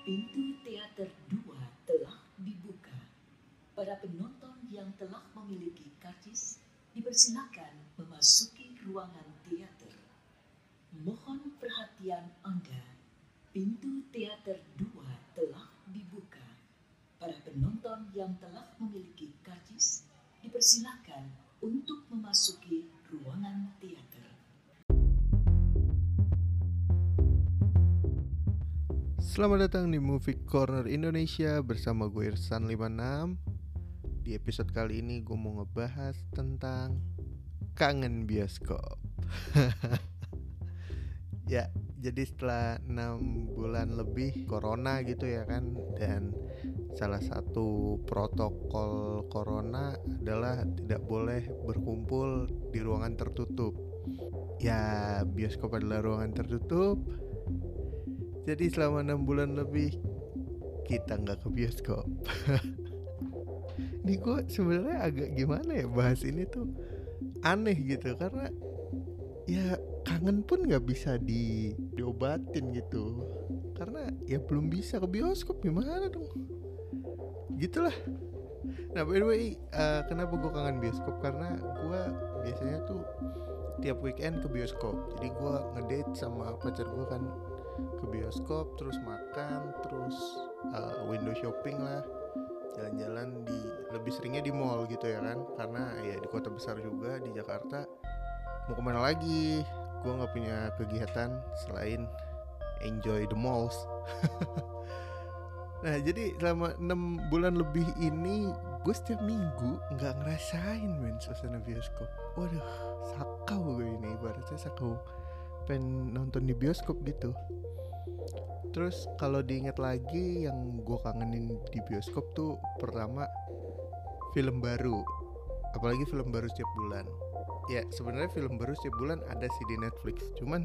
Pintu teater 2 telah dibuka. Para penonton yang telah memiliki karcis dipersilakan memasuki ruangan teater. Mohon perhatian Anda. Pintu teater 2 telah dibuka. Para penonton yang telah memiliki karcis dipersilakan untuk memasuki ruangan teater. Selamat datang di Movie Corner Indonesia bersama gue Irsan56. Di episode kali ini gue mau ngebahas tentang kangen bioskop. Ya, jadi setelah 6 bulan lebih corona gitu ya kan, dan salah satu protokol corona adalah tidak boleh berkumpul di ruangan tertutup. Ya, bioskop adalah ruangan tertutup. Jadi selama 6 bulan lebih kita nggak ke bioskop. Ini gue sebenarnya agak gimana ya bahas ini tuh, aneh gitu, karena ya kangen pun nggak bisa diobatin gitu, karena ya belum bisa ke bioskop, gimana dong, gitulah. Nah, by the way, kenapa gue kangen bioskop? Karena gue biasanya tuh tiap weekend ke bioskop. Jadi gue ngedate sama pacar gue kan ke bioskop, terus makan, terus window shopping lah, jalan-jalan lebih seringnya di mall gitu ya kan, karena ya di kota besar juga di Jakarta, mau kemana lagi, gue nggak punya kegiatan selain enjoy the malls. Nah, jadi selama 6 bulan lebih ini gue setiap minggu nggak ngerasain suasana bioskop. Waduh, sakau gue ini, ibaratnya sakau pengen nonton di bioskop gitu. Terus kalau diingat lagi, yang gue kangenin di bioskop tuh pertama film baru, apalagi film baru setiap bulan. Ya sebenarnya film baru setiap bulan ada sih di Netflix, cuman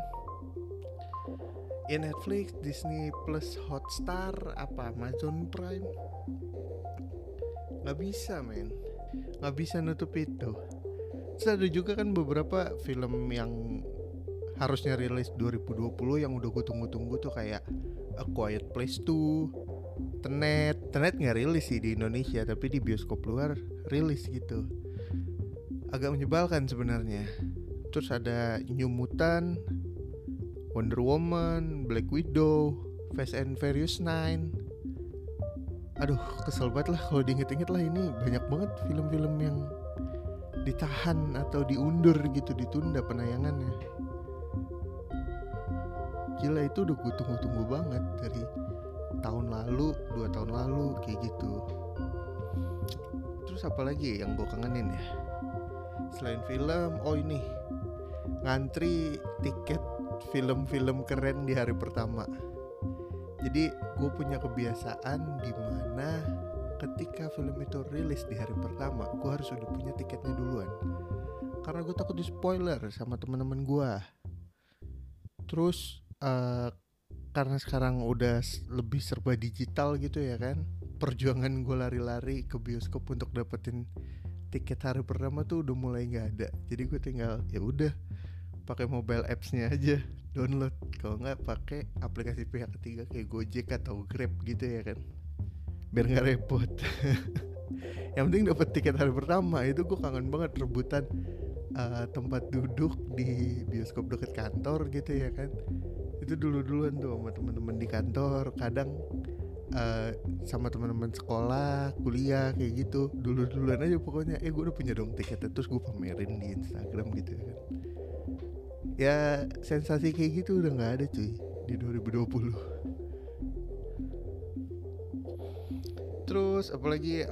ya Netflix, Disney Plus, Hotstar, apa Amazon Prime, nggak bisa nutup itu. Terus ada juga kan beberapa film yang harusnya rilis 2020 yang udah gue tunggu-tunggu tuh, kayak A Quiet Place 2, Tenet nggak rilis sih di Indonesia, tapi di bioskop luar rilis gitu. Agak menyebalkan sebenarnya. Terus ada New Mutant, Wonder Woman, Black Widow, Fast and Furious 9. Aduh, kesel banget lah kalau diinget-inget lah, ini banyak banget film-film yang ditahan atau diundur gitu, ditunda penayangannya. Gila, itu udah gue tunggu-tunggu banget dari tahun lalu, 2 tahun lalu kayak gitu. Terus apa lagi yang gue kangenin ya selain film? Oh, ini ngantri tiket film-film keren di hari pertama. Jadi gue punya kebiasaan dimana ketika film itu rilis di hari pertama, gue harus udah punya tiketnya duluan, karena gue takut di spoiler sama teman-teman gue. Terus karena sekarang udah lebih serba digital gitu ya kan, perjuangan gue lari-lari ke bioskop untuk dapetin tiket hari pertama tuh udah mulai nggak ada. Jadi gue tinggal ya udah pakai mobile apps-nya aja, download, kalau nggak pakai aplikasi pihak ketiga kayak Gojek atau Grab gitu ya kan, biar nggak repot. Yang penting dapet tiket hari pertama. Itu gue kangen banget rebutan tempat duduk di bioskop deket kantor gitu ya kan. Itu duluan tuh sama teman-teman di kantor, kadang sama teman-teman sekolah, kuliah kayak gitu, duluan aja pokoknya. Gue udah punya dong tiketnya, terus gue pamerin di Instagram gitu kan. Ya sensasi kayak gitu udah nggak ada cuy di 2020. Terus apalagi,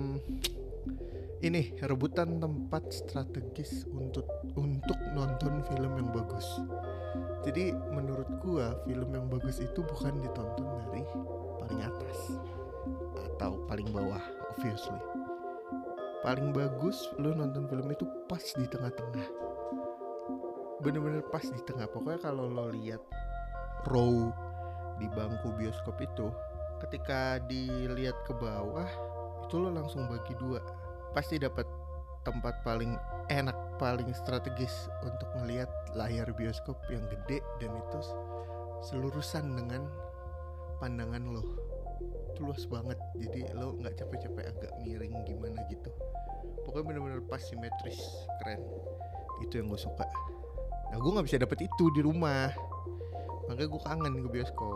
ini rebutan tempat strategis untuk nonton film yang bagus. Jadi menurut gua film yang bagus itu bukan ditonton dari paling atas atau paling bawah, obviously. Paling bagus lu nonton film itu pas di tengah-tengah, bener-bener pas di tengah. Pokoknya kalau lo lihat row di bangku bioskop itu, ketika dilihat ke bawah itu lo langsung bagi dua, pasti dapat tempat paling enak, paling strategis untuk ngelihat layar bioskop yang gede dan itu selurusan dengan pandangan lo itu luas banget, jadi lo nggak capek-capek agak miring gimana gitu. Pokoknya bener-bener pas, simetris, keren. Itu yang gue suka. Nah gue nggak bisa dapet itu di rumah, makanya gue kangen ke bioskop.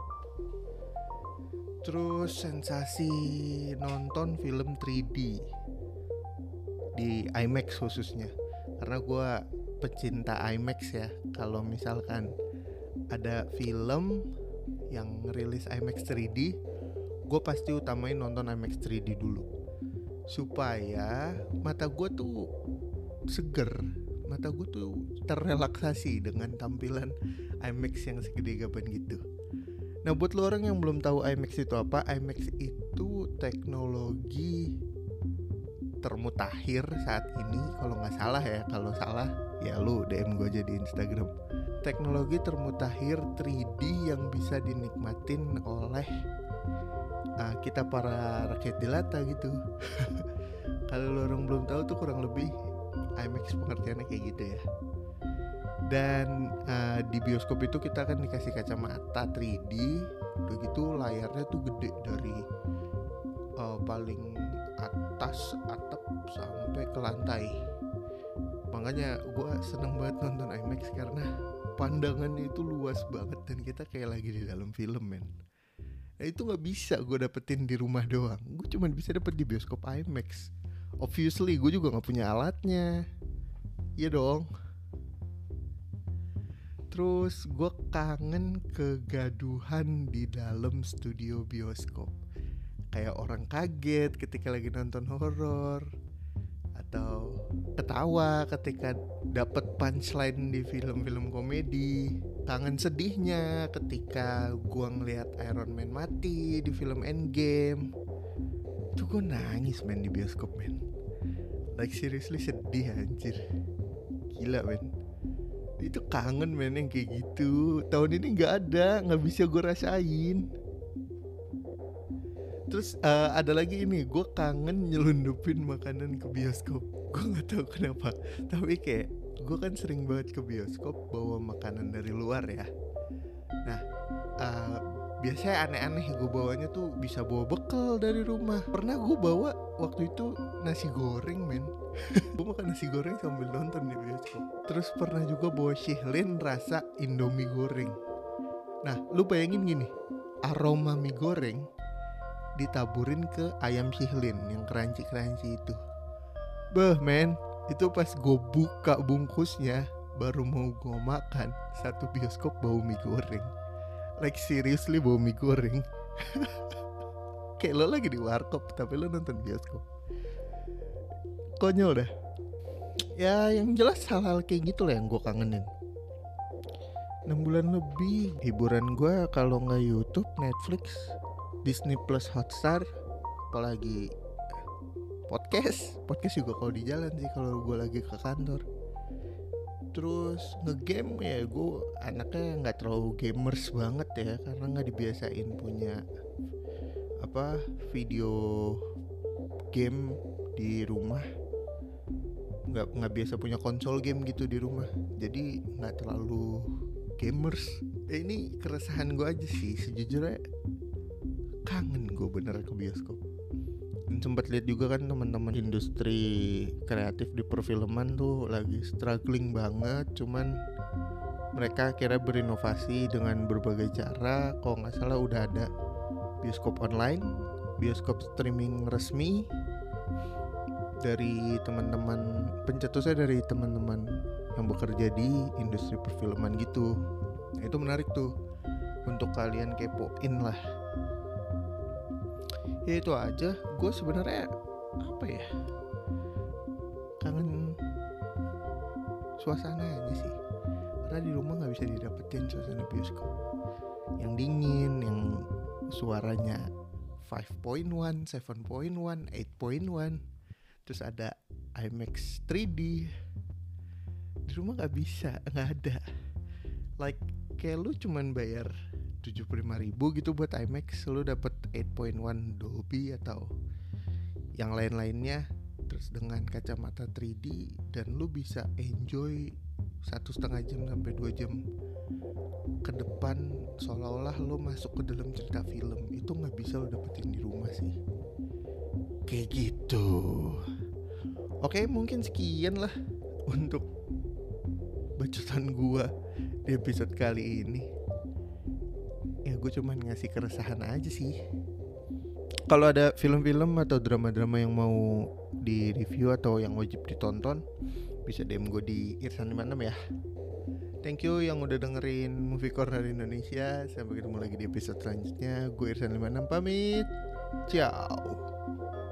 Terus sensasi nonton film 3D di IMAX khususnya, karena gue pecinta IMAX ya. Kalau misalkan ada film yang rilis IMAX 3D, gue pasti utamain nonton IMAX 3D dulu, supaya mata gue tuh seger, mata gue tuh terrelaksasi dengan tampilan IMAX yang segede gaban gitu. Nah buat lo orang yang belum tahu IMAX itu apa, IMAX itu teknologi termutakhir saat ini kalau nggak salah ya. Kalau salah ya lu DM gue aja di Instagram. Teknologi termutakhir 3D yang bisa dinikmatin oleh kita para rakyat jelata gitu. Kalau lo orang belum tahu tuh kurang lebih IMAX pengertiannya kayak gitu ya. Dan di bioskop itu kita kan dikasih kacamata 3D, udah gitu layarnya tuh gede dari paling atas atap sampai ke lantai. Makanya gue seneng banget nonton IMAX karena pandangannya itu luas banget dan kita kayak lagi di dalam film, men. Nah itu gak bisa gue dapetin di rumah doang, gue cuma bisa dapet di bioskop IMAX. Obviously gue juga gak punya alatnya, iya dong. Terus gue kangen kegaduhan di dalam studio bioskop. Kayak orang kaget ketika lagi nonton horor, atau ketawa ketika dapet punchline di film-film komedi. Kangen sedihnya ketika gue ngeliat Iron Man mati di film Endgame. Itu gue nangis men di bioskop men. Like seriously sedih anjir. Gila men. Itu kangen men yang kayak gitu. Tahun ini gak ada, gak bisa gue rasain. Terus ada lagi ini, gue kangen nyelundupin makanan ke bioskop. Gue gak tahu kenapa, tapi kayak gue kan sering banget ke bioskop bawa makanan dari luar ya. Nah biasanya aneh-aneh gue bawanya tuh bisa bawa bekal dari rumah. Pernah gue bawa waktu itu nasi goreng men. Gue makan nasi goreng sambil nonton di bioskop. Terus pernah juga bawa Shihlin rasa Indomie goreng. Nah lu bayangin gini, aroma mie goreng ditaburin ke ayam Shihlin yang crunchy-crunchy itu. Beh men, itu pas gue buka bungkusnya baru mau gue makan, satu bioskop bau mie goreng. Like seriously bau mie goreng. Kayak lo lagi di warkop tapi lo nonton bioskop. Konyol dah. Ya yang jelas hal-hal kayak gitu lah yang gue kangenin. 6 bulan lebih hiburan gue kalau gak YouTube, Netflix, Disney Plus, Hotstar, apalagi podcast juga kalau di jalan sih kalau gue lagi ke kantor. Terus ngegame ya gue anaknya nggak terlalu gamers banget ya, karena nggak dibiasain punya video game di rumah, nggak biasa punya konsol game gitu di rumah, jadi nggak terlalu gamers. Ini keresahan gue aja sih sejujurnya, kangen gue bener ke bioskop. Dan sempat lihat juga kan teman-teman industri kreatif di perfilman tuh lagi struggling banget, cuman mereka akhirnya berinovasi dengan berbagai cara. Kalau nggak salah udah ada bioskop online, bioskop streaming resmi dari teman-teman, pencetusnya dari teman-teman yang bekerja di industri perfilman gitu. Nah, itu menarik tuh untuk kalian kepoin lah. Ya itu aja, gue sebenarnya kangen suasananya sih, karena di rumah nggak bisa didapetin suasana bioskop yang dingin, yang suaranya 5.1, 7.1, 8.1, terus ada IMAX 3D. Di rumah nggak bisa, nggak ada. Like kayak lu cuman bayar 75.000 gitu buat IMAX, lu dapet 8.1 Dolby atau yang lain-lainnya, terus dengan kacamata 3D, dan lu bisa enjoy 1,5 jam sampai 2 jam ke depan seolah-olah lo masuk ke dalam cerita film. Itu nggak bisa lo dapetin di rumah sih. Kayak gitu. Oke, mungkin sekian lah untuk bacotan gua di episode kali ini. Ya gue cuman ngasih keresahan aja sih. Kalau ada film-film atau drama-drama yang mau di review atau yang wajib ditonton, bisa DM gue di Irsan56 ya. Thank you yang udah dengerin Movie Corner Indonesia. Sampai ketemu lagi di episode selanjutnya. Gue Irsan56 pamit. Ciao.